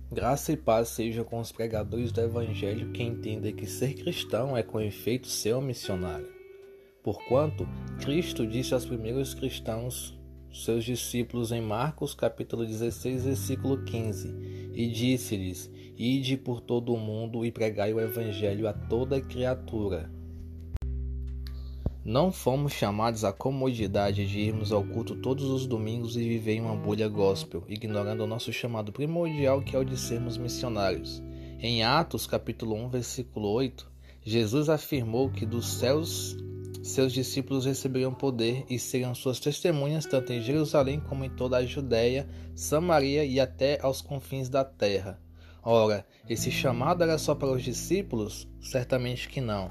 Graça e paz sejam com os pregadores do Evangelho que entendem que ser cristão é com efeito ser um missionário. Porquanto, Cristo disse aos primeiros cristãos, seus discípulos, em Marcos capítulo 16, versículo 15, e disse-lhes: Ide por todo o mundo e pregai o Evangelho a toda criatura. Não fomos chamados à comodidade de irmos ao culto todos os domingos e viver em uma bolha gospel, ignorando o nosso chamado primordial, que é o de sermos missionários. Em Atos, capítulo 1, versículo 8, Jesus afirmou que dos céus seus discípulos receberiam poder e seriam suas testemunhas tanto em Jerusalém como em toda a Judéia, Samaria e até aos confins da terra. Ora, esse chamado era só para os discípulos? Certamente que não.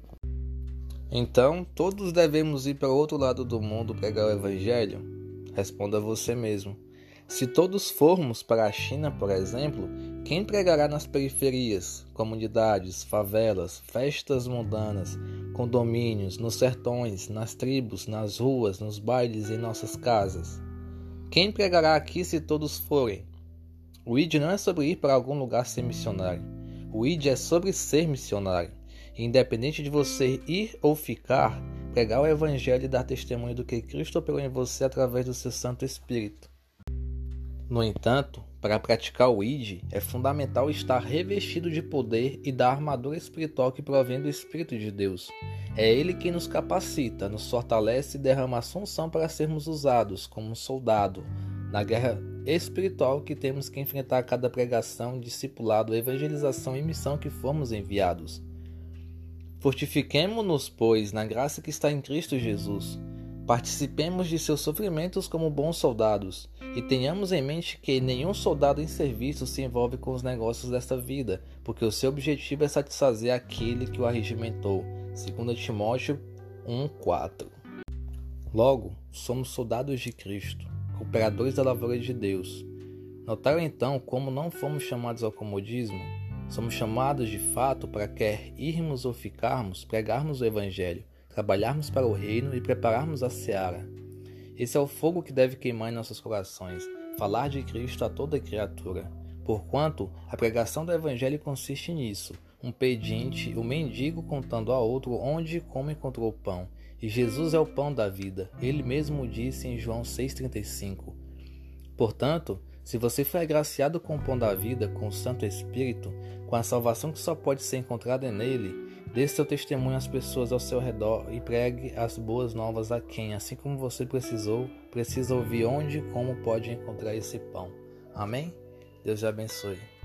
Então, todos devemos ir para o outro lado do mundo pregar o Evangelho? Responda você mesmo. Se todos formos para a China, por exemplo, quem pregará nas periferias, comunidades, favelas, festas mundanas, condomínios, nos sertões, nas tribos, nas ruas, nos bailes e em nossas casas? Quem pregará aqui se todos forem? O ID não é sobre ir para algum lugar ser missionário. O ID é sobre ser missionário. Independente de você ir ou ficar, pregar o Evangelho e dar testemunho do que Cristo operou em você através do seu Santo Espírito. No entanto, para praticar o ID, é fundamental estar revestido de poder e da armadura espiritual que provém do Espírito de Deus. É Ele quem nos capacita, nos fortalece e derrama a unção para sermos usados como um soldado na guerra espiritual que temos que enfrentar a cada pregação, discipulado, evangelização e missão que formos enviados. Fortifiquemo-nos, pois, na graça que está em Cristo Jesus. Participemos de seus sofrimentos como bons soldados, e tenhamos em mente que nenhum soldado em serviço se envolve com os negócios desta vida, porque o seu objetivo é satisfazer aquele que o arregimentou. 2 Timóteo 1:4. Logo, somos soldados de Cristo, cooperadores da lavoura de Deus. Notaram então como não fomos chamados ao comodismo? Somos chamados de fato para, quer irmos ou ficarmos, pregarmos o Evangelho, trabalharmos para o reino e prepararmos a seara. Esse é o fogo que deve queimar em nossos corações, falar de Cristo a toda criatura. Porquanto, a pregação do Evangelho consiste nisso, um pedinte, um mendigo contando a outro onde e como encontrou o pão. E Jesus é o pão da vida, ele mesmo disse em João 6,35. Portanto, se você foi agraciado com o pão da vida, com o Santo Espírito, com a salvação que só pode ser encontrada nele, dê seu testemunho às pessoas ao seu redor e pregue as boas novas a quem, assim como você precisa ouvir onde e como pode encontrar esse pão. Amém? Deus te abençoe.